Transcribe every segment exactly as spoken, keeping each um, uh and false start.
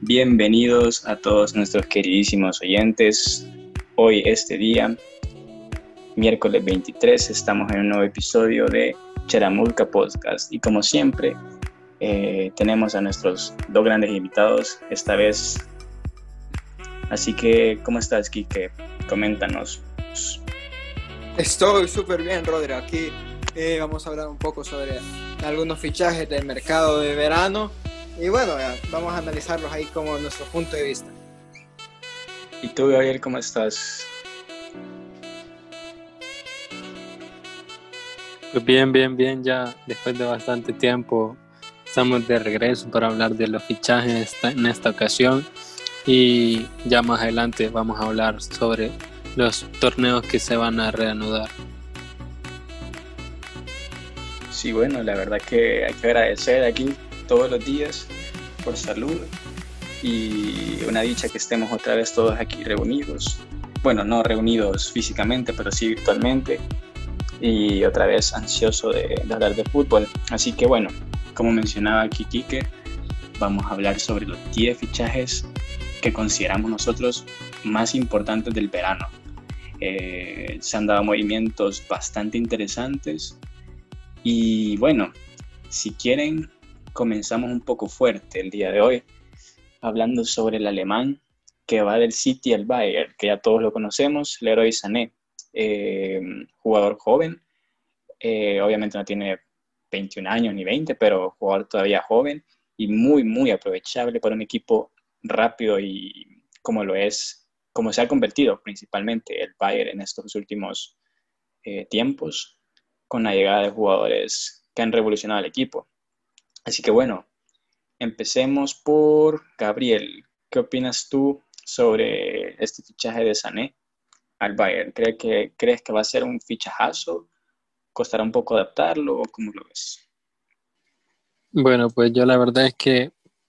Bienvenidos a todos nuestros queridísimos oyentes. Hoy, este día, miércoles veintitrés, estamos en un nuevo episodio de Charamulca Podcast. Y como siempre, eh, tenemos a nuestros dos grandes invitados esta vez. Así que, ¿cómo estás, Quique? Coméntanos. Estoy súper bien, Rodri. Aquí eh, vamos a hablar un poco sobre algunos fichajes del mercado de verano. Y bueno, ya, vamos a analizarlos ahí como nuestro punto de vista. ¿Y tú, Gabriel, cómo estás? Pues bien, bien, bien, ya después de bastante tiempo estamos de regreso para hablar de los fichajes en esta ocasión y ya más adelante vamos a hablar sobre los torneos que se van a reanudar. Sí, bueno, la verdad que hay que agradecer aquí todos los días por salud y una dicha que estemos otra vez todos aquí reunidos. Bueno, no reunidos físicamente, pero sí virtualmente. Y otra vez ansioso de, de hablar de fútbol. Así que bueno, como mencionaba aquí Quique, vamos a hablar sobre los diez fichajes que consideramos nosotros más importantes del verano. Eh, se han dado movimientos bastante interesantes y bueno, si quieren comenzamos un poco fuerte el día de hoy hablando sobre el alemán que va del City al Bayern, que ya todos lo conocemos, Leroy Sané. Eh, jugador joven, eh, obviamente no tiene veintiún años ni veinte, pero jugador todavía joven y muy muy aprovechable para un equipo rápido y como lo es, como se ha convertido principalmente el Bayern en estos últimos eh, tiempos con la llegada de jugadores que han revolucionado el equipo. Así que bueno, empecemos por Gabriel. ¿Qué opinas tú sobre este fichaje de Sané al Bayern? ¿Crees que, ¿Crees que va a ser un fichajazo? ¿Costará un poco adaptarlo o cómo lo ves? Bueno, pues yo la verdad es que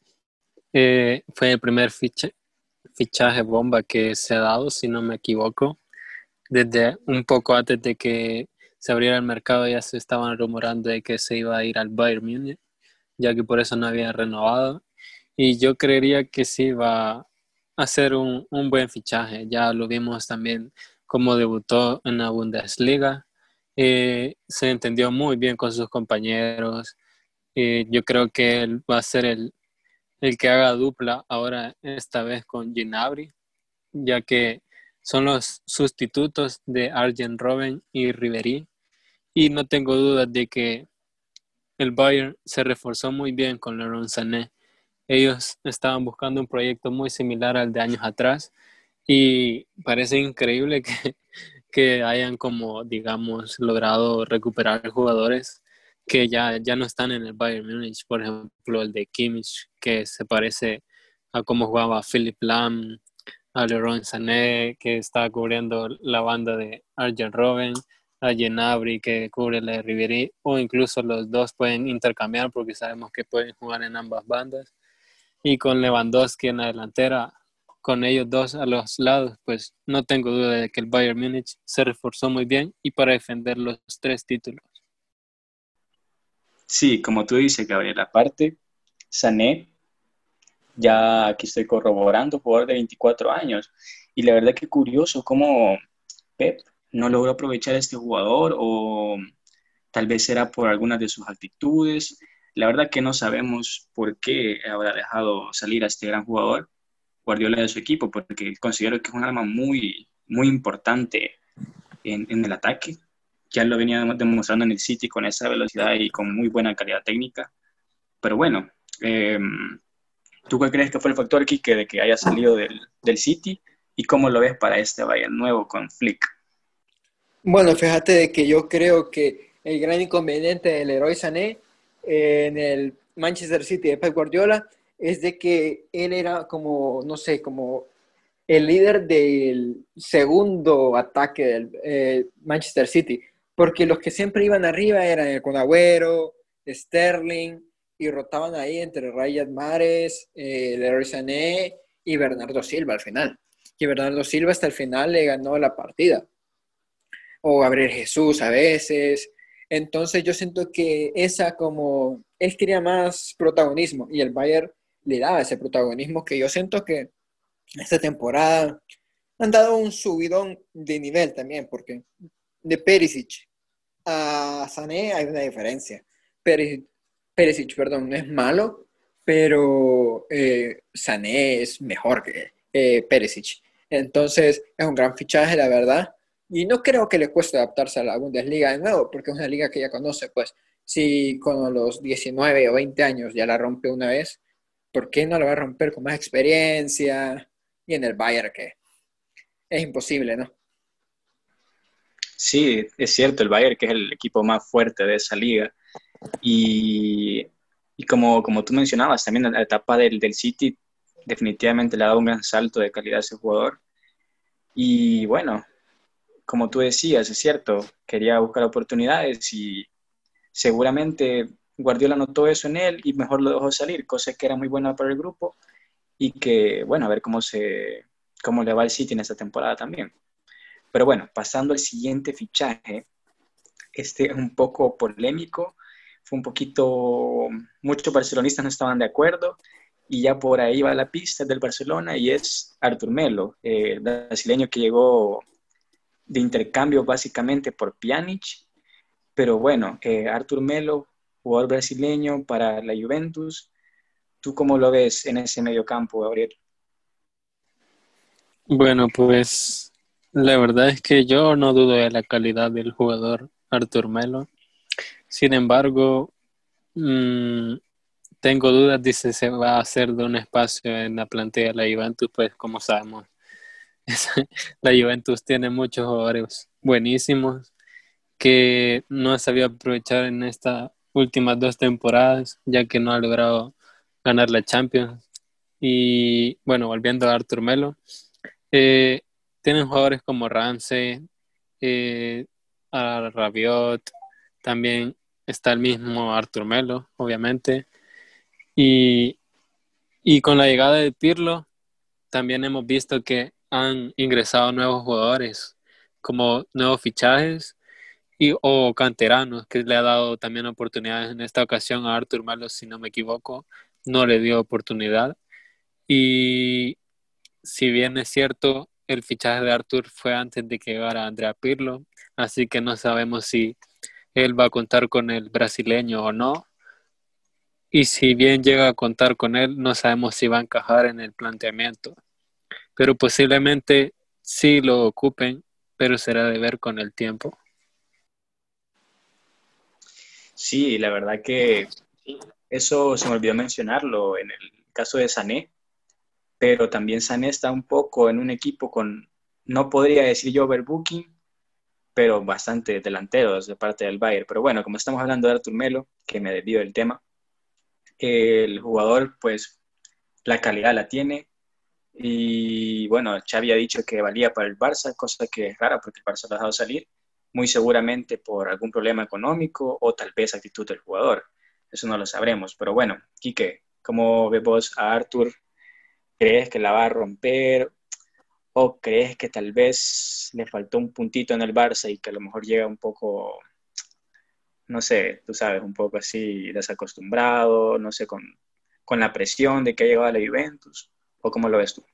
eh, fue el primer ficha, fichaje bomba que se ha dado, si no me equivoco. Desde un poco antes de que se abriera el mercado ya se estaban rumorando de que se iba a ir al Bayern Múnich, ya que por eso no había renovado. Y yo creería que sí va a ser un, un buen fichaje. Ya lo vimos también cómo debutó en la Bundesliga. Eh, se entendió muy bien con sus compañeros. Eh, yo creo que él va a ser el, el que haga dupla ahora, esta vez con Gnabry, ya que son los sustitutos de Arjen Robben y Ribéry. Y no tengo dudas de que el Bayern se reforzó muy bien con Leroy Sané. Ellos estaban buscando un proyecto muy similar al de años atrás y parece increíble que, que hayan como, digamos, logrado recuperar jugadores que ya, ya no están en el Bayern Múnich. Por ejemplo, el de Kimmich, que se parece a cómo jugaba Philipp Lahm, a Leroy Sané, que está cubriendo la banda de Arjen Robben, a Gnabry, que cubre la de Ribéry, o incluso los dos pueden intercambiar porque sabemos que pueden jugar en ambas bandas. Y con Lewandowski en la delantera, con ellos dos a los lados, pues no tengo duda de que el Bayern Múnich se reforzó muy bien y para defender los tres títulos. Sí, como tú dices, Gabriel, aparte, Sané, ya aquí estoy corroborando, jugador de veinticuatro años, y la verdad que curioso cómo Pep no logró aprovechar a este jugador o tal vez era por algunas de sus actitudes. La verdad que no sabemos por qué habrá dejado salir a este gran jugador, Guardiola, de su equipo, porque considero que es un arma muy, muy importante en, en el ataque. Ya lo venía demostrando en el City con esa velocidad y con muy buena calidad técnica. Pero bueno, eh, ¿tú cuál crees que fue el factor aquí que, de que haya salido del, del City y cómo lo ves para este Bayern nuevo con Flick? Bueno, fíjate de que yo creo que el gran inconveniente del Leroy Sané eh, en el Manchester City de Pep Guardiola es de que él era como, no sé, como el líder del segundo ataque del eh, Manchester City, porque los que siempre iban arriba eran el Kun Agüero, Sterling, y rotaban ahí entre Riyad Mahrez, eh, Leroy Sané y Bernardo Silva al final. Y Bernardo Silva hasta el final le ganó la partida. O Gabriel Jesús a veces. Entonces yo siento que esa como, él quería más protagonismo y el Bayern le daba ese protagonismo que yo siento que esta temporada han dado un subidón de nivel también, porque de Perisic a Sané hay una diferencia. Perisic, Perisic, perdón, no es malo, pero eh, Sané es mejor que eh, Perisic. Entonces es un gran fichaje, la verdad. Y no creo que le cueste adaptarse a la Bundesliga de nuevo, porque es una liga que ya conoce. Pues si con los diecinueve o veinte años ya la rompe una vez, ¿por qué no la va a romper con más experiencia? Y en el Bayern, que es imposible, ¿no? Sí, es cierto, el Bayern, que es el equipo más fuerte de esa liga. Y, y como, como tú mencionabas, también la etapa del, del City definitivamente le ha dado un gran salto de calidad a ese jugador. Y bueno, como tú decías, es cierto, quería buscar oportunidades y seguramente Guardiola notó eso en él y mejor lo dejó salir, cosa que era muy buena para el grupo y que, bueno, a ver cómo, se, cómo le va al City en esta temporada también. Pero bueno, pasando al siguiente fichaje, este es un poco polémico, fue un poquito, muchos barcelonistas no estaban de acuerdo y ya por ahí va la pista del Barcelona y es Artur Melo, eh, el brasileño que llegó de intercambio básicamente por Pjanic, pero bueno, eh, Artur Melo, jugador brasileño para la Juventus, ¿tú cómo lo ves en ese mediocampo, Gabriel? Bueno, pues la verdad es que yo no dudo de la calidad del jugador Artur Melo. Sin embargo, mmm, tengo dudas de si se va a hacer de un espacio en la plantilla de la Juventus, pues como sabemos, la Juventus tiene muchos jugadores buenísimos que no ha sabido aprovechar en estas últimas dos temporadas, ya que no ha logrado ganar la Champions. Y bueno, volviendo a Artur Melo, eh, tienen jugadores como Ramsey, eh, a Rabiot, también está el mismo Artur Melo, obviamente. Y, y con la llegada de Pirlo, también hemos visto que han ingresado nuevos jugadores, como nuevos fichajes y, o canteranos, que le ha dado también oportunidades. En esta ocasión a Artur Melo, si no me equivoco, no le dio oportunidad. Y si bien es cierto, el fichaje de Artur fue antes de que llegara Andrea Pirlo, así que no sabemos si él va a contar con el brasileño o no. Y si bien llega a contar con él, no sabemos si va a encajar en el planteamiento. Pero posiblemente sí lo ocupen, pero será de ver con el tiempo. Sí, la verdad que eso se me olvidó mencionarlo en el caso de Sané, pero también Sané está un poco en un equipo con, no podría decir yo overbooking, pero bastante delanteros de parte del Bayern. Pero bueno, como estamos hablando de Artur Melo, que me desvío del tema, el jugador, pues, la calidad la tiene. Y bueno, Xavi ha dicho que valía para el Barça, cosa que es rara porque el Barça lo ha dejado salir, muy seguramente por algún problema económico o tal vez actitud del jugador. Eso no lo sabremos. Pero bueno, Quique, ¿cómo ves vos a Artur? ¿Crees que la va a romper? ¿O crees que tal vez le faltó un puntito en el Barça y que a lo mejor llega un poco, no sé, tú sabes, un poco así desacostumbrado, no sé, con, con la presión de que ha llegado a la Juventus? ¿O cómo lo ves tú?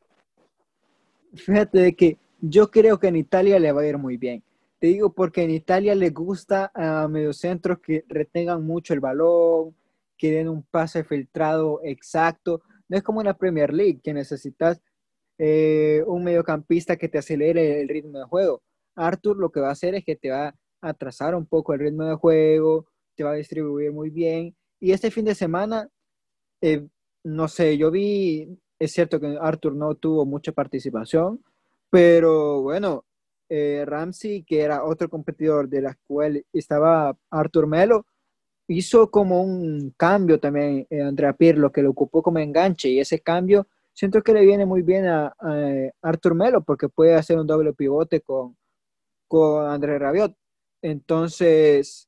Fíjate de que yo creo que en Italia le va a ir muy bien. Te digo porque en Italia le gusta a mediocentros que retengan mucho el balón, que den un pase filtrado exacto. No es como en la Premier League, que necesitas eh, un mediocampista que te acelere el ritmo de juego. Arthur lo que va a hacer es que te va a atrasar un poco el ritmo de juego, te va a distribuir muy bien. Y este fin de semana, eh, no sé, yo vi, es cierto que Arthur no tuvo mucha participación, pero bueno, eh, Ramsey, que era otro competidor de la cual estaba Arthur Melo, hizo como un cambio también eh, Andrea Pirlo, que lo ocupó como enganche, y ese cambio siento que le viene muy bien a, a Arthur Melo, porque puede hacer un doble pivote con, con André Rabiot. Entonces,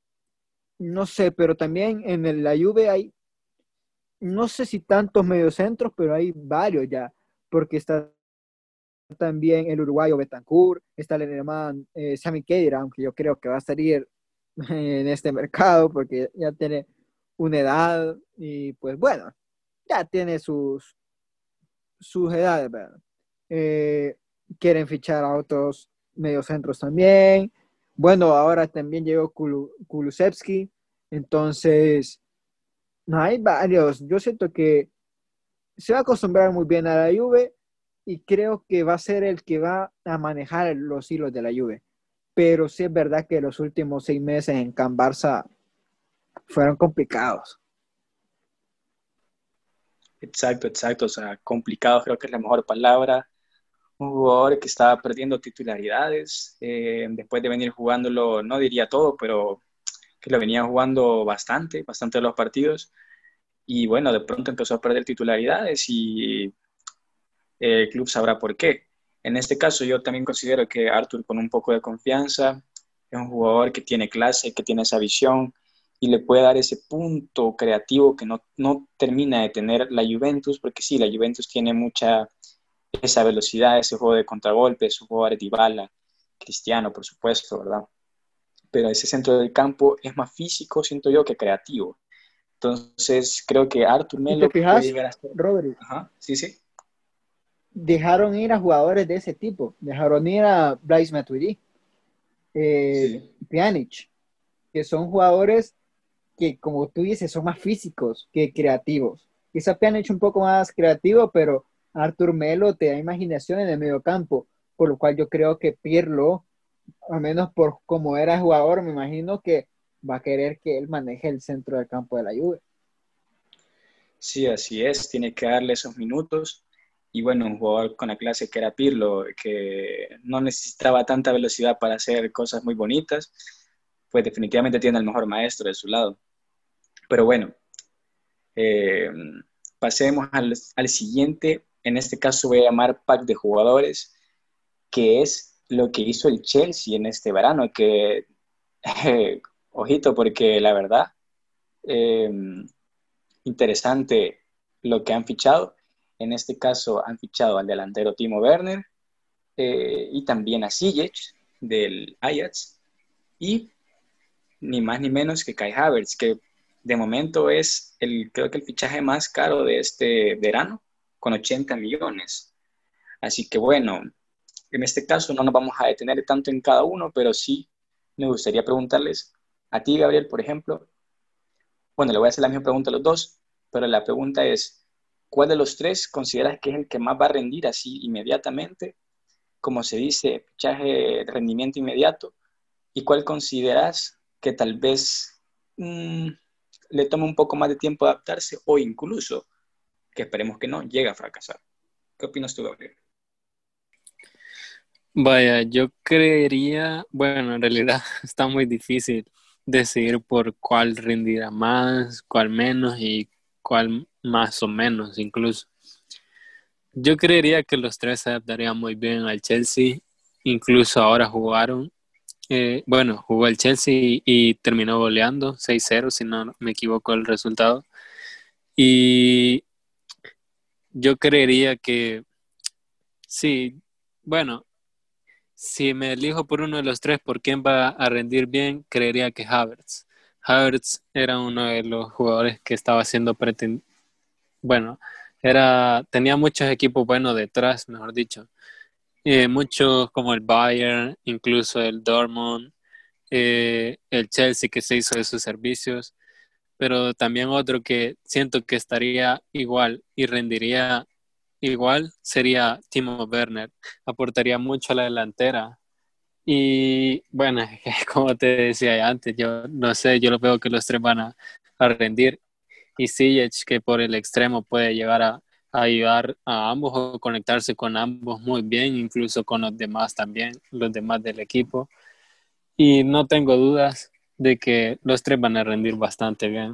no sé, pero también en el- la Juve hay, no sé si tantos mediocentros, pero hay varios ya, porque está también el uruguayo Betancourt, está el alemán eh, Sami Khedira, aunque yo creo que va a salir en este mercado porque ya tiene una edad y pues bueno, ya tiene sus, sus edades, ¿verdad? Eh, quieren fichar a otros mediocentros también. Bueno, ahora también llegó Kulu, Kulusevski. Entonces, no, hay varios. Yo siento que se va a acostumbrar muy bien a la Juve y creo que va a ser el que va a manejar los hilos de la Juve. Pero sí es verdad que los últimos seis meses en Can Barça fueron complicados. Exacto, exacto. O sea, complicado creo que es la mejor palabra. Un jugador que estaba perdiendo titularidades, eh, después de venir jugándolo, no diría todo, pero que lo venía jugando bastante, bastante de los partidos. Y bueno, de pronto empezó a perder titularidades y eh, el club sabrá por qué. En este caso yo también considero que Arthur, con un poco de confianza, es un jugador que tiene clase, que tiene esa visión y le puede dar ese punto creativo que no, no termina de tener la Juventus, porque sí, la Juventus tiene mucha esa velocidad, ese juego de contragolpe, su jugador Dybala, Cristiano, por supuesto, ¿verdad? Pero ese centro del campo es más físico, siento yo, que creativo. Entonces, creo que Arthur ¿Y te Melo puede fijas, llegar a ser... Rodri? Ajá, sí, sí. Dejaron ir a jugadores de ese tipo. Dejaron ir a Blaise Matuidi, eh, Sí. Pjanic, que son jugadores que, como tú dices, son más físicos que creativos. Quizá Pjanic un poco más creativo, pero Arthur Melo te da imaginación en el medio campo, por lo cual yo creo que Pirlo, al menos por como era jugador, me imagino que va a querer que él maneje el centro del campo de la Juve. Sí, así es, tiene que darle esos minutos. Y bueno, un jugador con la clase que era Pirlo, que no necesitaba tanta velocidad para hacer cosas muy bonitas, pues definitivamente tiene el mejor maestro de su lado. Pero bueno, eh, pasemos al, al siguiente. En este caso voy a llamar pack de jugadores, que es lo que hizo el Chelsea en este verano, que, eh, ojito, porque la verdad, eh, interesante lo que han fichado. En este caso han fichado al delantero Timo Werner eh, y también a Ziyech del Ajax y ni más ni menos que Kai Havertz, que de momento es el, creo que el fichaje más caro de este verano, con ochenta millones. Así que bueno, en este caso no nos vamos a detener tanto en cada uno, pero sí me gustaría preguntarles a ti, Gabriel, por ejemplo. Bueno, le voy a hacer la misma pregunta a los dos, pero la pregunta es, ¿cuál de los tres consideras que es el que más va a rendir así inmediatamente? Como se dice, fichaje de rendimiento inmediato. ¿Y cuál consideras que tal vez mmm, le tome un poco más de tiempo adaptarse o incluso, que esperemos que no, llegue a fracasar? ¿Qué opinas tú, Gabriel? Vaya, yo creería, bueno, en realidad está muy difícil decidir por cuál rendirá más, cuál menos y cuál más o menos incluso. Yo creería que los tres se adaptarían muy bien al Chelsea, incluso ahora jugaron, eh, bueno, jugó el Chelsea y, y terminó goleando seis cero, si no me equivoco el resultado. Y yo creería que sí, bueno, si me elijo por uno de los tres, ¿por quién va a rendir bien? Creería que Havertz. Havertz era uno de los jugadores que estaba siendo preten... bueno, era tenía muchos equipos buenos detrás, mejor dicho. Eh, muchos como el Bayern, incluso el Dortmund, eh, el Chelsea que se hizo de sus servicios, pero también otro que siento que estaría igual y rendiría igual sería Timo Werner. Aportaría mucho a la delantera. Y bueno, como te decía antes, yo no sé, yo lo veo que los tres van a, a rendir. Y Ziyech, que por el extremo puede llegar a, a ayudar a ambos o conectarse con ambos muy bien, incluso con los demás también, los demás del equipo. Y no tengo dudas de que los tres van a rendir bastante bien.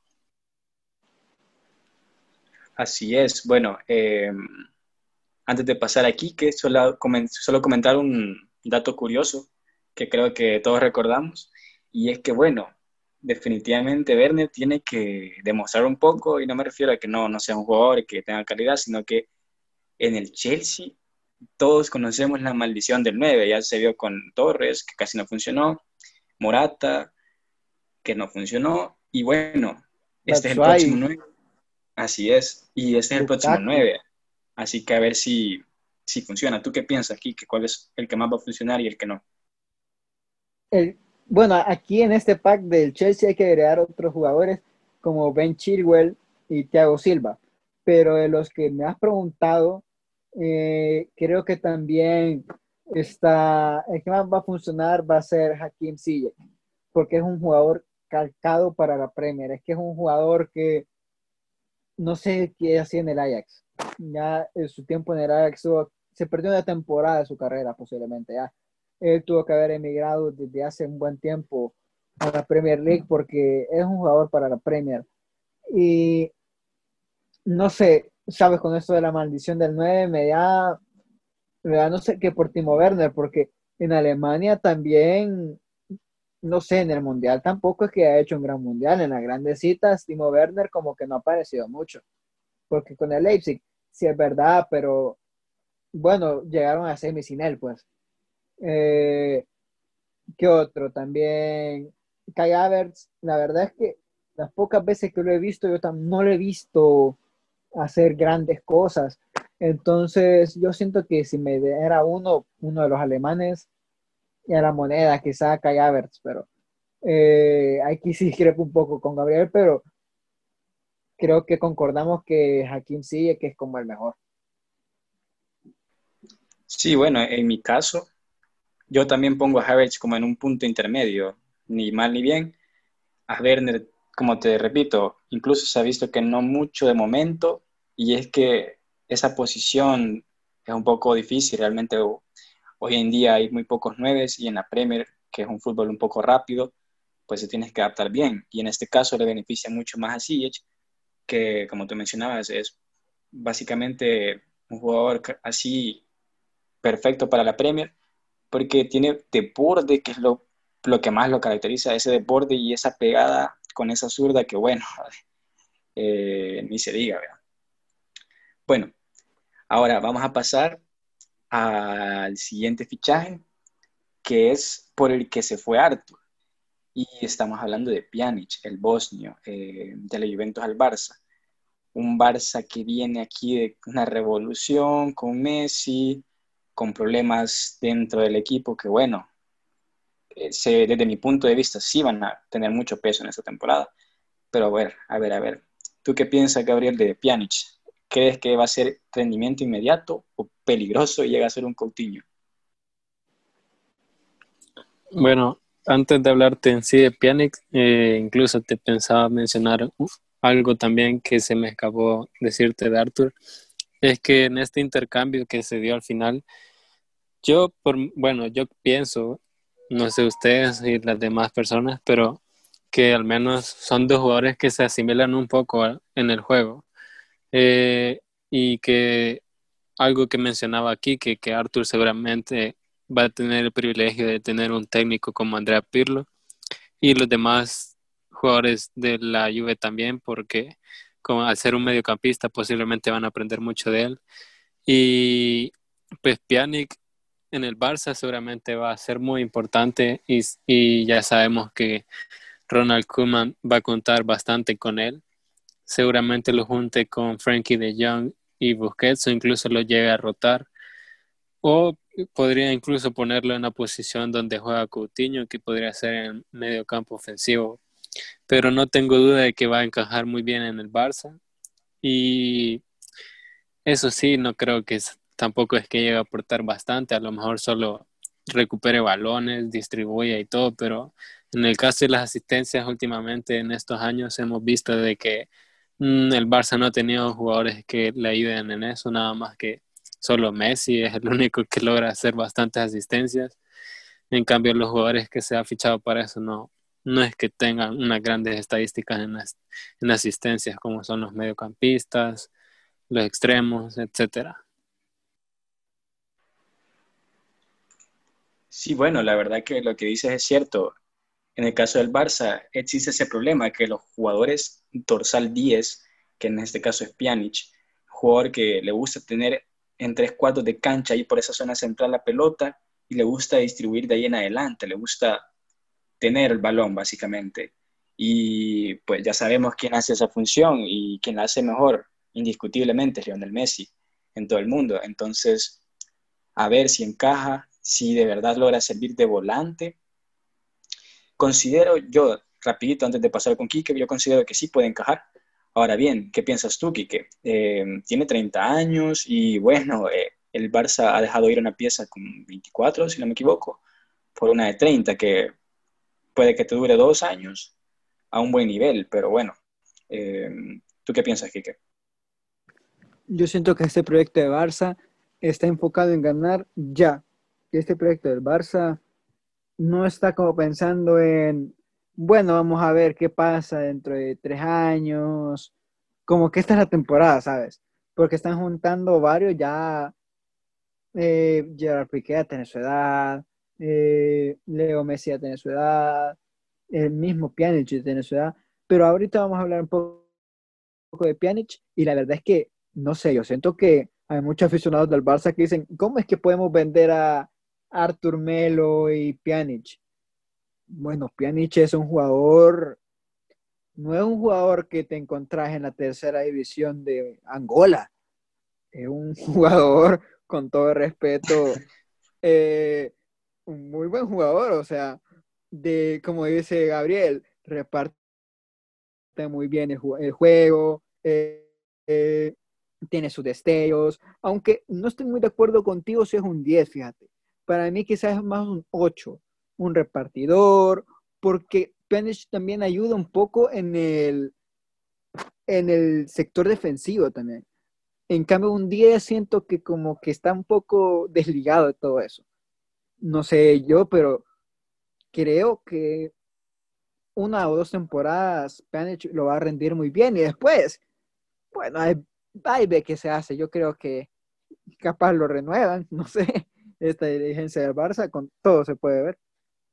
Así es. Bueno, eh, antes de pasar aquí, que solo, solo comentar un dato curioso que creo que todos recordamos, y es que, bueno, definitivamente Werner tiene que demostrar un poco, y no me refiero a que no, no sea un jugador que tenga calidad, sino que en el Chelsea todos conocemos la maldición del nueve, ya se vio con Torres, que casi no funcionó, Morata, que no funcionó, y bueno, este es el próximo Batshuayi. nueve. Así es. Y este es el próximo Lukaku. nueve. Así que a ver si, si funciona. ¿Tú qué piensas aquí? ¿Que ¿Cuál es el que más va a funcionar y el que no? El, bueno, aquí en este pack del Chelsea hay que agregar otros jugadores como Ben Chilwell y Thiago Silva. Pero de los que me has preguntado, eh, creo que también está, el que más va a funcionar va a ser Hakim Ziyech, porque es un jugador calcado para la Premier. Es que es un jugador que no sé qué hacía en el Ajax. Ya en su tiempo en el Ajax tuvo- se perdió una temporada de su carrera posiblemente. Ya él tuvo que haber emigrado desde hace un buen tiempo a la Premier League porque es un jugador para la Premier. Y no sé, sabes, con esto de la maldición del nueve me da, me da no sé qué por Timo Werner, porque en Alemania también, no sé, en el Mundial tampoco es que ha hecho un gran Mundial. En las grandes citas, Timo Werner como que no ha aparecido mucho, porque con el Leipzig sí es verdad, pero bueno, llegaron a semi sin él, pues. Eh, ¿Qué otro? También Kai Havertz, la verdad es que las pocas veces que lo he visto, yo tam- no lo he visto hacer grandes cosas. Entonces, yo siento que si me era uno, uno de los alemanes, y a la moneda, quizá Kai Havertz, pero eh, aquí sí creo un poco con Gabriel, pero creo que concordamos que Hakim sigue, que es como el mejor. Sí, bueno, en mi caso, yo también pongo a Havertz como en un punto intermedio, ni mal ni bien. A Werner, como te repito, incluso se ha visto que no mucho de momento, y es que esa posición es un poco difícil. Realmente ho- hoy en día hay muy pocos nueves y en la Premier, que es un fútbol un poco rápido, pues se tienes que adaptar bien. Y en este caso le beneficia mucho más a Ziyech, que como tú mencionabas, es básicamente un jugador ca- así perfecto para la Premier, porque tiene desborde, que es lo, lo que más lo caracteriza, ese desborde y esa pegada con esa zurda que, bueno, eh, ni se diga, ¿verdad? Bueno, ahora vamos a pasar al siguiente fichaje, que es por el que se fue Arthur. Y estamos hablando de Pjanic, el bosnio, eh, de la Juventus al Barça. Un Barça que viene aquí de una revolución con Messi, con problemas dentro del equipo que, bueno, eh, se- desde mi punto de vista sí van a tener mucho peso en esta temporada. Pero a ver, a ver, a ver. ¿Tú qué piensas, Gabriel, de Pjanic? ¿Crees que va a ser rendimiento inmediato o peligroso y llega a ser un Coutinho? Bueno, antes de hablarte en sí de Pjanic, eh, incluso te pensaba mencionar uh, algo también que se me escapó decirte de Arthur, es que en este intercambio que se dio al final, yo, por, bueno, yo pienso, no sé ustedes y las demás personas, pero que al menos son dos jugadores que se asimilan un poco a- en el juego. Eh, y que algo que mencionaba aquí, que, que Arthur seguramente va a tener el privilegio de tener un técnico como Andrea Pirlo y los demás jugadores de la Juve también, porque como al ser un mediocampista posiblemente van a aprender mucho de él. Y pues Pjanic en el Barça seguramente va a ser muy importante y, y ya sabemos que Ronald Koeman va a contar bastante con él. Seguramente lo junte con Frankie de Jong y Busquets o incluso lo llegue a rotar. O podría incluso ponerlo en la posición donde juega Coutinho, que podría ser en medio campo ofensivo. Pero no tengo duda de que va a encajar muy bien en el Barça. Y eso sí, no creo que es- tampoco es que llegue a aportar bastante. A lo mejor solo recupere balones, distribuya y todo. Pero en el caso de las asistencias, últimamente en estos años hemos visto de que mm, el Barça no ha tenido jugadores que le ayuden en eso, nada más que solo Messi es el único que logra hacer bastantes asistencias. En cambio, los jugadores que se ha fichado para eso no, no es que tengan unas grandes estadísticas en, as- en asistencias como son los mediocampistas, los extremos, etcétera. Sí, bueno, la verdad que lo que dices es cierto. En el caso del Barça existe ese problema que los jugadores dorsal diez, que en este caso es Pjanic, jugador que le gusta tener en tres cuartos de cancha y por esa zona central la pelota y le gusta distribuir de ahí en adelante, le gusta tener el balón básicamente. Y pues ya sabemos quién hace esa función y quién la hace mejor, indiscutiblemente, es Lionel Messi en todo el mundo. Entonces, a ver si encaja, si de verdad logra servir de volante. Considero yo, rapidito antes de pasar con Quique, yo considero que sí puede encajar. Ahora bien, ¿qué piensas tú, Quique? Eh, tiene treinta años y bueno, eh, el Barça ha dejado ir una pieza con veinticuatro, si no me equivoco, por una de treinta, que puede que te dure dos años a un buen nivel, pero bueno, eh, ¿tú qué piensas, Quique? Yo siento que este proyecto de Barça está enfocado en ganar ya. Que este proyecto del Barça no está como pensando en, bueno, vamos a ver qué pasa dentro de tres años, como que esta es la temporada, ¿sabes? Porque están juntando varios ya, eh, Gerard Piqué ya tiene su edad, eh, Leo Messi ya tiene su edad, el mismo Pjanic ya tiene su edad, pero ahorita vamos a hablar un poco de Pjanic y la verdad es que, no sé, yo siento que hay muchos aficionados del Barça que dicen, ¿cómo es que podemos vender a Artur Melo y Pjanic? Bueno, Pjanic es un jugador, no es un jugador que te encontrás en la tercera división de Angola, es un jugador, con todo el respeto, eh, un muy buen jugador, o sea, de, como dice Gabriel, reparte muy bien el, el juego, eh, eh, tiene sus destellos, aunque no estoy muy de acuerdo contigo si es un diez, fíjate. Para mí quizás es más un ocho, un repartidor, porque Pjanic también ayuda un poco en el, en el sector defensivo también. En cambio, un diez siento que como que está un poco desligado de todo eso. No sé yo, pero creo que una o dos temporadas Pjanic lo va a rendir muy bien y después, bueno, ahí, ahí ve qué se hace. Yo creo que capaz lo renuevan, no sé, esta dirigencia del Barça, con todo se puede ver.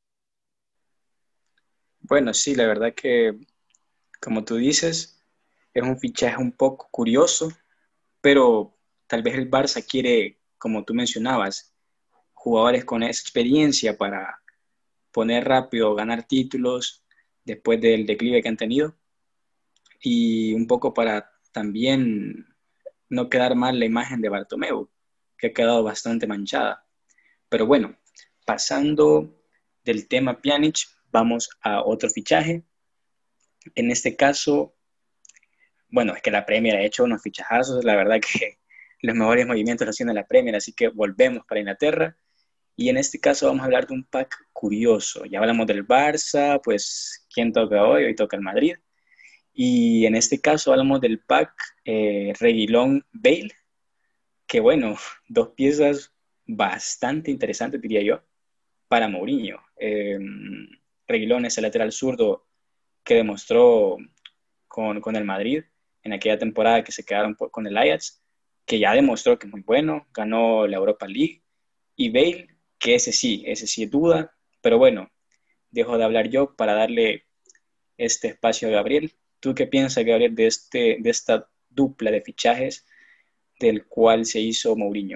Bueno, sí, la verdad que, como tú dices, es un fichaje un poco curioso, pero tal vez el Barça quiere, como tú mencionabas, jugadores con esa experiencia para poner rápido, ganar títulos después del declive que han tenido y un poco para también no quedar mal la imagen de Bartomeu, que ha quedado bastante manchada. Pero bueno, pasando del tema Pjanic, vamos a otro fichaje. En este caso, bueno, es que la Premier ha hecho unos fichajazos, la verdad que los mejores movimientos los haciendo la Premier, así que volvemos para Inglaterra. Y en este caso vamos a hablar de un pack curioso. Ya hablamos del Barça, pues ¿quién toca hoy? Hoy toca el Madrid. Y en este caso hablamos del pack eh, Reguilón-Bale, que bueno, dos piezas bastante interesantes, diría yo, para Mourinho. Eh, Reguilón es el lateral zurdo que demostró con, con el Madrid en aquella temporada que se quedaron por, con el Ajax, que ya demostró que es muy bueno, ganó la Europa League, y Bale, que ese sí, ese sí es duda, pero bueno, dejo de hablar yo para darle este espacio a Gabriel. ¿Tú qué piensas, Gabriel, de, este, de esta dupla de fichajes del cual se hizo Mourinho?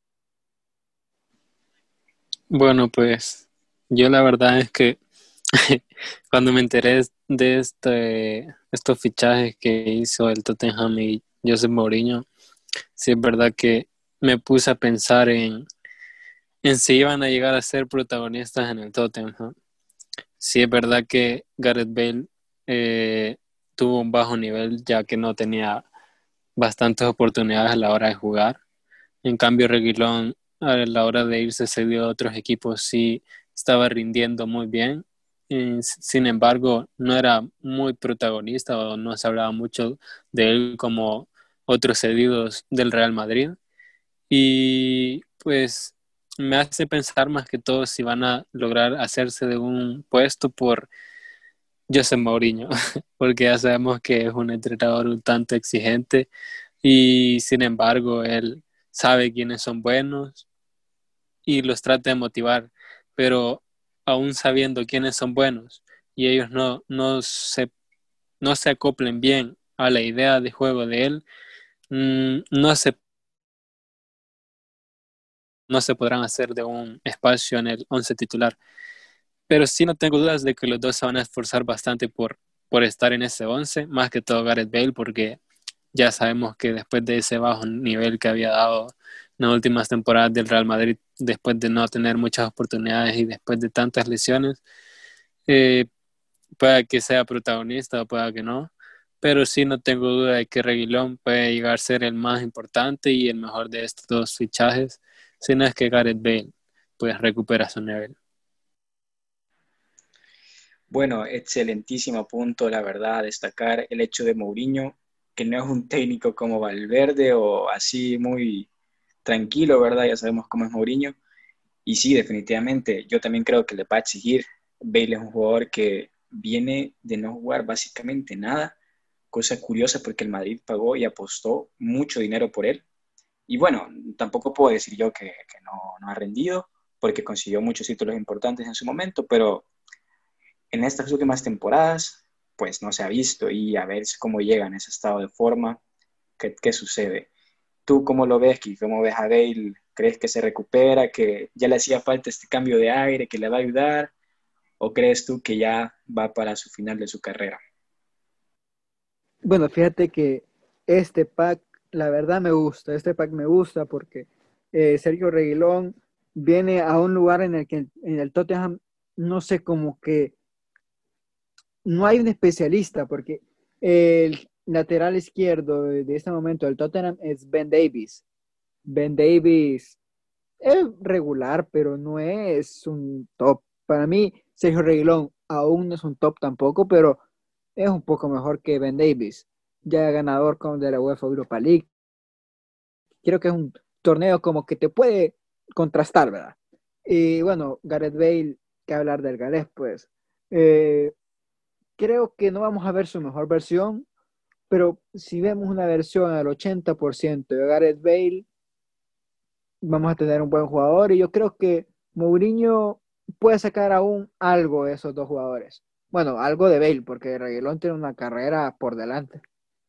Bueno, pues yo la verdad es que cuando me enteré de este, estos fichajes que hizo el Tottenham y José Mourinho, sí es verdad que me puse a pensar en, en si iban a llegar a ser protagonistas en el Tottenham. Sí es verdad que Gareth Bale eh, tuvo un bajo nivel ya que no tenía bastantes oportunidades a la hora de jugar. En cambio, Reguilón a la hora de irse cedió a otros equipos sí estaba rindiendo muy bien. Y, sin embargo, no era muy protagonista o no se hablaba mucho de él como otros cedidos del Real Madrid. Y pues me hace pensar más que todo si van a lograr hacerse de un puesto por José Mourinho, porque ya sabemos que es un entrenador un tanto exigente y sin embargo él sabe quiénes son buenos y los trata de motivar, pero aún sabiendo quiénes son buenos y ellos no, no se, no se acoplen bien a la idea de juego de él, mmm, no se no se podrán hacer de un espacio en el once titular. Pero sí no tengo dudas de que los dos se van a esforzar bastante por por estar en ese once, más que todo Gareth Bale, porque ya sabemos que después de ese bajo nivel que había dado en las últimas temporadas del Real Madrid, después de no tener muchas oportunidades y después de tantas lesiones, eh, pueda que sea protagonista o pueda que no, pero sí no tengo duda de que Reguilón puede llegar a ser el más importante y el mejor de estos dos fichajes, si no es que Gareth Bale pues recupera su nivel. Bueno, excelentísimo punto, la verdad, destacar el hecho de Mourinho, que no es un técnico como Valverde o así muy tranquilo, ¿verdad? Ya sabemos cómo es Mourinho. Y sí, definitivamente, yo también creo que le va a exigir. Bale es un jugador que viene de no jugar básicamente nada, cosa curiosa porque el Madrid pagó y apostó mucho dinero por él. Y bueno, tampoco puedo decir yo que, que no, no ha rendido, porque consiguió muchos títulos importantes en su momento, pero en estas últimas temporadas, pues no se ha visto y a ver cómo llega en ese estado de forma, qué, qué sucede. ¿Tú cómo lo ves, Ki? ¿Cómo ves a Bale? ¿Crees que se recupera, que ya le hacía falta este cambio de aire, que le va a ayudar? ¿O crees tú que ya va para su final de su carrera? Bueno, fíjate que este pack, la verdad me gusta, este pack me gusta porque eh, Sergio Reguilón viene a un lugar en el que en el Tottenham, no sé, como que no hay un especialista, porque el lateral izquierdo de, de este momento del Tottenham es Ben Davies. Ben Davies es regular, pero no es un top. Para mí, Sergio Reguilón aún no es un top tampoco, pero es un poco mejor que Ben Davies, ya ganador con de la UEFA Europa League. Creo que es un torneo como que te puede contrastar, ¿verdad? Y bueno, Gareth Bale, que hablar del galés, pues. Eh, creo que no vamos a ver su mejor versión, pero si vemos una versión al ochenta por ciento de Gareth Bale, vamos a tener un buen jugador y yo creo que Mourinho puede sacar aún algo de esos dos jugadores. Bueno, algo de Bale, porque Reguilón tiene una carrera por delante.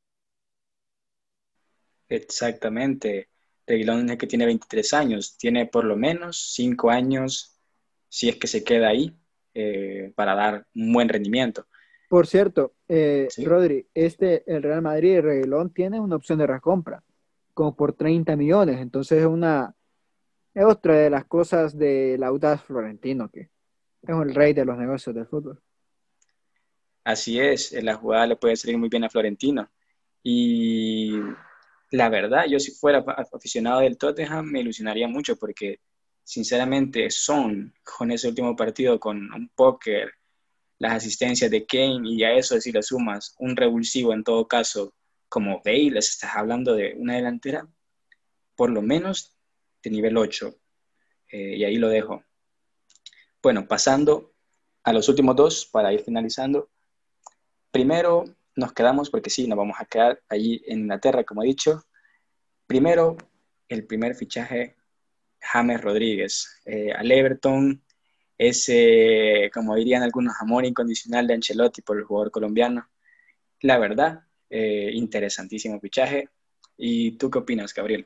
Exactamente. Reguilón es el que tiene veintitrés años, tiene por lo menos cinco años, si es que se queda ahí, eh, para dar un buen rendimiento. Por cierto, eh, ¿Sí? Rodri, este, el Real Madrid y Reguilón tiene una opción de recompra, como por treinta millones, entonces es una, es otra de las cosas del audaz Florentino, que es el rey de los negocios del fútbol. Así es, la jugada le puede salir muy bien a Florentino. Y la verdad, yo si fuera aficionado del Tottenham me ilusionaría mucho porque sinceramente Son con ese último partido con un póker, las asistencias de Kane y a eso si le sumas un revulsivo en todo caso como Bale, les estás hablando de una delantera por lo menos de nivel ocho, eh, y ahí lo dejo. Bueno, pasando a los últimos dos para ir finalizando. Primero nos quedamos, porque sí, nos vamos a quedar allí en Inglaterra, como he dicho. Primero, el primer fichaje, James Rodríguez, eh, al Everton, ese, como dirían algunos, amor incondicional de Ancelotti por el jugador colombiano. La verdad, eh, interesantísimo fichaje. ¿Y tú qué opinas, Gabriel?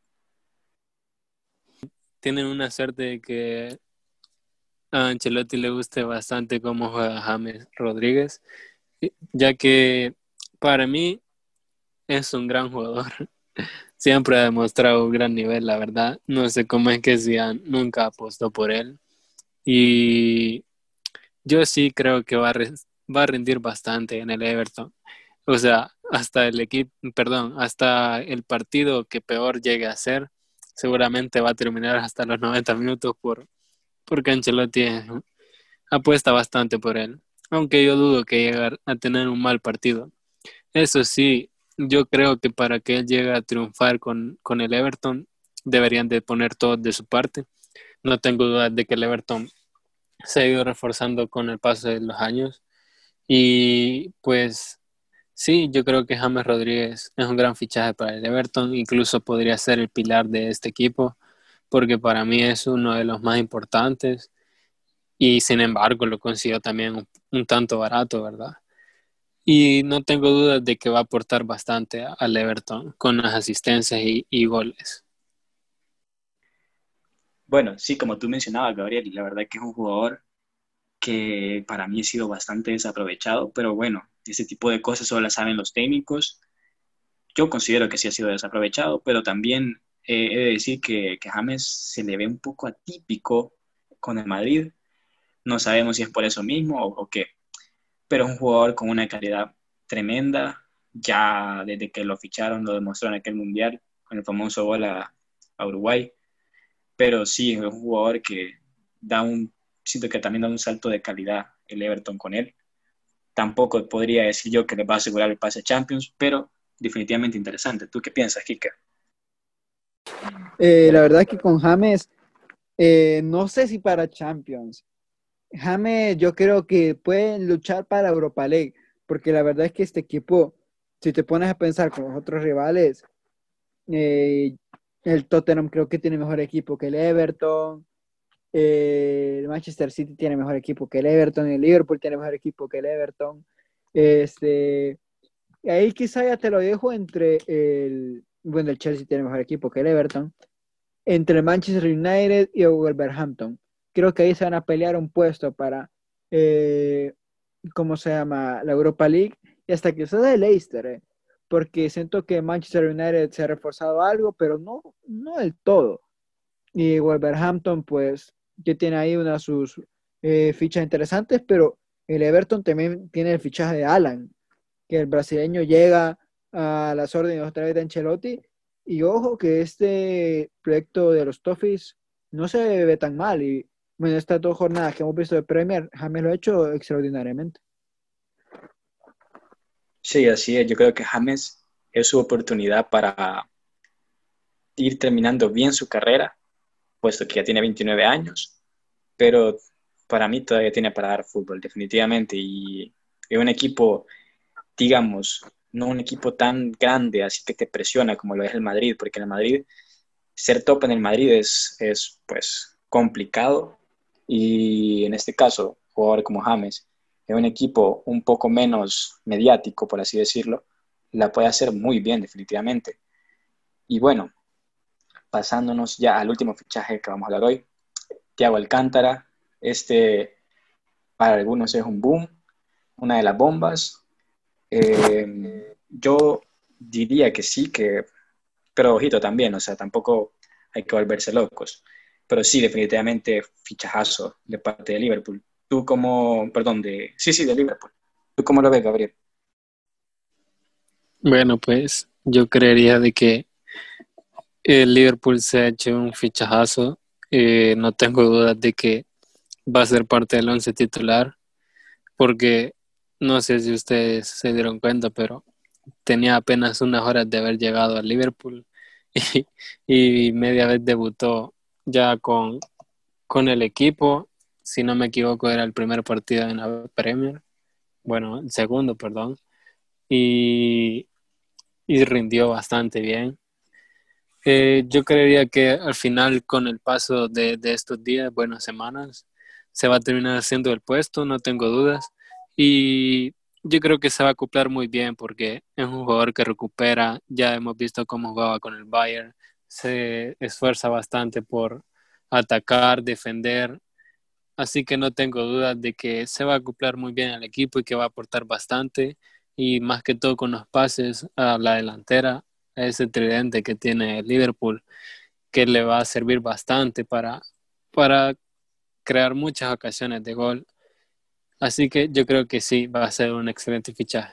Tienen una suerte de que a Ancelotti le guste bastante cómo juega James Rodríguez, ya que para mí es un gran jugador. Siempre ha demostrado un gran nivel, la verdad. No sé cómo es que Zidane nunca apostó por él. Y yo sí creo que va a, re- va a rendir bastante en el Everton. O sea, hasta el equipo, perdón, hasta el partido que peor llegue a ser, seguramente va a terminar hasta los noventa minutos por, porque Ancelotti eh, apuesta bastante por él. Aunque yo dudo que llegue a tener un mal partido. Eso sí, yo creo que para que él llegue a triunfar con, con el Everton, deberían de poner todo de su parte. No tengo dudas de que el Everton se ha ido reforzando con el paso de los años. Y pues sí, yo creo que James Rodríguez es un gran fichaje para el Everton. Incluso podría ser el pilar de este equipo, porque para mí es uno de los más importantes. Y sin embargo lo consiguió también un, un tanto barato, ¿verdad? Y no tengo dudas de que va a aportar bastante a- al Everton con las asistencias y, y goles. Bueno, sí, como tú mencionabas, Gabriel, la verdad que es un jugador que para mí ha sido bastante desaprovechado, pero bueno, ese tipo de cosas solo las saben los técnicos. Yo considero que sí ha sido desaprovechado, pero también eh, he de decir que, que James se le ve un poco atípico con el Madrid. No sabemos si es por eso mismo o, o qué, pero es un jugador con una calidad tremenda. Ya desde que lo ficharon lo demostró en aquel mundial con el famoso gol a, a Uruguay. Pero sí, es un jugador que da un, siento que también da un salto de calidad el Everton con él. Tampoco podría decir yo que le va a asegurar el pase a Champions, pero definitivamente interesante. ¿Tú qué piensas, Kike? Eh, la verdad que con James, eh, no sé si para Champions. James, yo creo que pueden luchar para Europa League, porque la verdad es que este equipo, si te pones a pensar con los otros rivales, eh, el Tottenham creo que tiene mejor equipo que el Everton, eh, el Manchester City tiene mejor equipo que el Everton, el Liverpool tiene mejor equipo que el Everton. Este, ahí quizá ya te lo dejo entre el, bueno, el Chelsea tiene mejor equipo que el Everton, entre el Manchester United y el Wolverhampton. Creo que ahí se van a pelear un puesto para, eh, ¿cómo se llama? La Europa League, y hasta que sea de Leicester, eh, porque siento que Manchester United se ha reforzado algo, pero no, no del todo. Y Wolverhampton, pues, que tiene ahí una de sus eh, fichas interesantes, pero el Everton también tiene el fichaje de Alan, que el brasileño llega a las órdenes otra vez de Ancelotti. Y ojo que este proyecto de los Toffees no se ve tan mal. Y bueno, estas dos jornadas que hemos visto de Premier, James lo ha hecho extraordinariamente. Sí, así es. Yo creo que James es su oportunidad para ir terminando bien su carrera, puesto que ya tiene veintinueve años, pero para mí todavía tiene para dar fútbol, definitivamente. Y es un equipo, digamos, no un equipo tan grande, así que te presiona como lo es el Madrid, porque en el Madrid, ser top en el Madrid es, es pues complicado. Y en este caso, jugador como James, es un equipo un poco menos mediático, por así decirlo, la puede hacer muy bien, definitivamente. Y bueno, pasándonos ya al último fichaje que vamos a hablar hoy, Thiago Alcántara. Este para algunos es un boom, una de las bombas. Eh, yo diría que sí, que, pero ojito también, o sea, tampoco hay que volverse locos. Pero sí, definitivamente fichajazo de parte de Liverpool. Tú como, perdón, de, sí, sí, de Liverpool. ¿Tú cómo lo ves, Gabriel? Bueno, pues yo creería de que el Liverpool se ha hecho un fichajazo. Eh, no tengo dudas de que va a ser parte del once titular, porque no sé si ustedes se dieron cuenta, pero tenía apenas unas horas de haber llegado al Liverpool y, y media vez debutó ya con, con el equipo. Si no me equivoco, era el primer partido en la Premier, bueno, el segundo, perdón, y, y rindió bastante bien. Eh, yo creería que al final, con el paso de, de estos días, buenas semanas, se va a terminar haciendo el puesto, no tengo dudas. Y yo creo que se va a acoplar muy bien porque es un jugador que recupera. Ya hemos visto cómo jugaba con el Bayern. Se esfuerza bastante por atacar, defender. Así que no tengo dudas de que se va a acoplar muy bien al equipo y que va a aportar bastante. Y más que todo con los pases a la delantera, a ese tridente que tiene el Liverpool, que le va a servir bastante para, para crear muchas ocasiones de gol. Así que yo creo que sí, va a ser un excelente fichaje.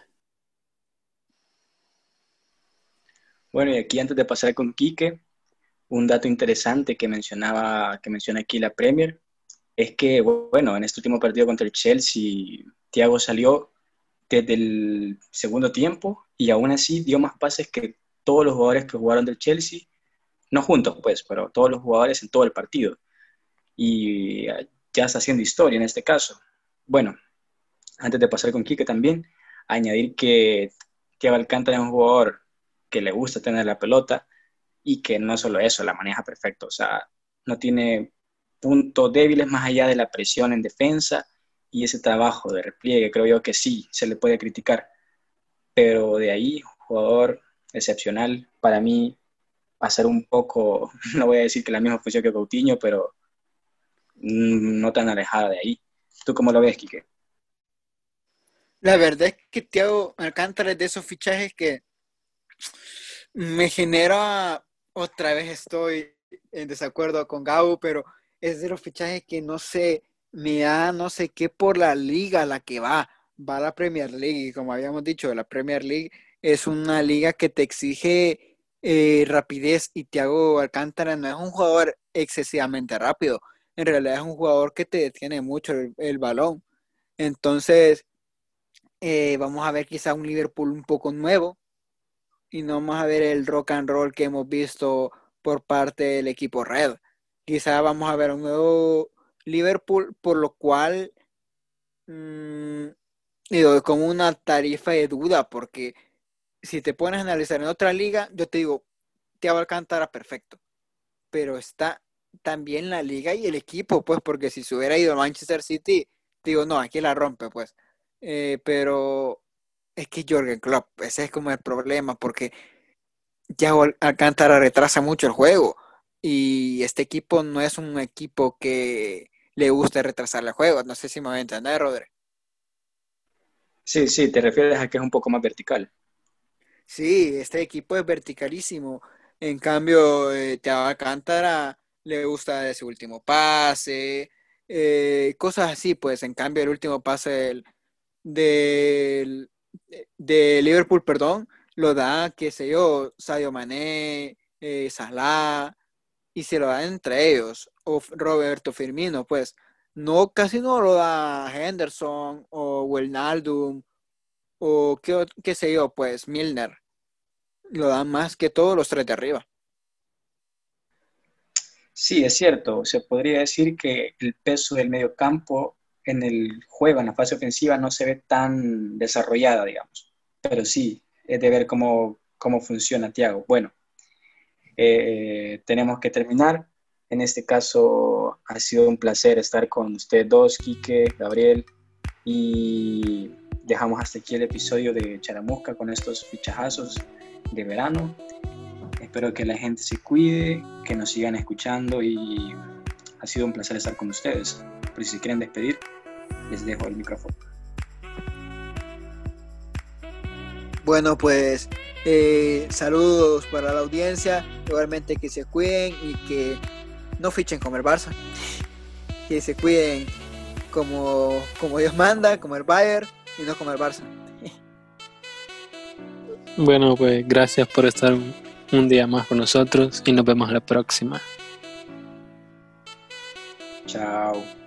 Bueno, y aquí antes de pasar con Quique, un dato interesante que mencionaba, que menciona aquí la Premier, es que, bueno, en este último partido contra el Chelsea, Thiago salió desde el segundo tiempo y aún así dio más pases que todos los jugadores que jugaron del Chelsea, no juntos pues, pero todos los jugadores en todo el partido. Y ya está haciendo historia en este caso. Bueno, antes de pasar con Quique también, añadir que Thiago Alcántara es un jugador que le gusta tener la pelota y que no solo eso, la maneja perfecto. O sea, no tiene puntos débiles más allá de la presión en defensa y ese trabajo de repliegue, creo yo que sí, se le puede criticar. Pero de ahí, jugador excepcional, para mí va a ser un poco, no voy a decir que la misma función que Coutinho, pero no tan alejada de ahí. ¿Tú cómo lo ves, Quique? La verdad es que Thiago Alcántara es de esos fichajes que me genera, otra vez estoy en desacuerdo con Gabo, pero es de los fichajes que no sé, me da no sé qué por la liga a la que va, va a la Premier League, y como habíamos dicho, la Premier League es una liga que te exige eh, rapidez, y Thiago Alcántara no es un jugador excesivamente rápido, en realidad es un jugador que te detiene mucho el, el balón. Entonces, eh, vamos a ver quizá un Liverpool un poco nuevo, y no vamos a ver el rock and roll que hemos visto por parte del equipo Red. Quizá vamos a ver un nuevo Liverpool, por lo cual mmm, digo, con una tarifa de duda, porque si te pones a analizar en otra liga, yo te digo, Thiago Alcántara perfecto, pero está también la liga y el equipo, pues, porque si se hubiera ido a Manchester City, digo, no, aquí la rompe, pues. Eh, pero es que Jürgen Klopp, ese es como el problema, porque Thiago Alcántara retrasa mucho el juego, y este equipo no es un equipo que le guste retrasar el juego. No sé si me voy a entender, Rodri. Sí, sí, te refieres a que es un poco más vertical. Sí, este equipo es verticalísimo. En cambio, eh, Thiago Alcántara le gusta ese último pase, eh, cosas así, pues. En cambio, el último pase del, del- de Liverpool, perdón, lo da, qué sé yo, Sadio Mané, eh, Salah, y se lo da entre ellos, o Roberto Firmino, pues. No, casi no lo da Henderson o Wijnaldum o qué, ot- qué sé yo, pues Milner. Lo dan más que todos los tres de arriba. Sí, es cierto. Se podría decir que el peso del medio campo en el juego, en la fase ofensiva, no se ve tan desarrollada, digamos. Pero sí, es de ver cómo, cómo funciona Thiago. Bueno, eh, tenemos que terminar. En este caso, ha sido un placer estar con ustedes dos, Quique, Gabriel, y dejamos hasta aquí el episodio de Charamusca con estos fichajazos de verano. Espero que la gente se cuide, que nos sigan escuchando, y ha sido un placer estar con ustedes. Pero si se quieren despedir, les dejo el micrófono. Bueno, pues eh, saludos para la audiencia. Igualmente que se cuiden y que no fichen como el Barça. Que se cuiden como, como Dios manda, como el Bayern, y no como el Barça. Bueno, pues gracias por estar un, un día más con nosotros y nos vemos la próxima. Chao.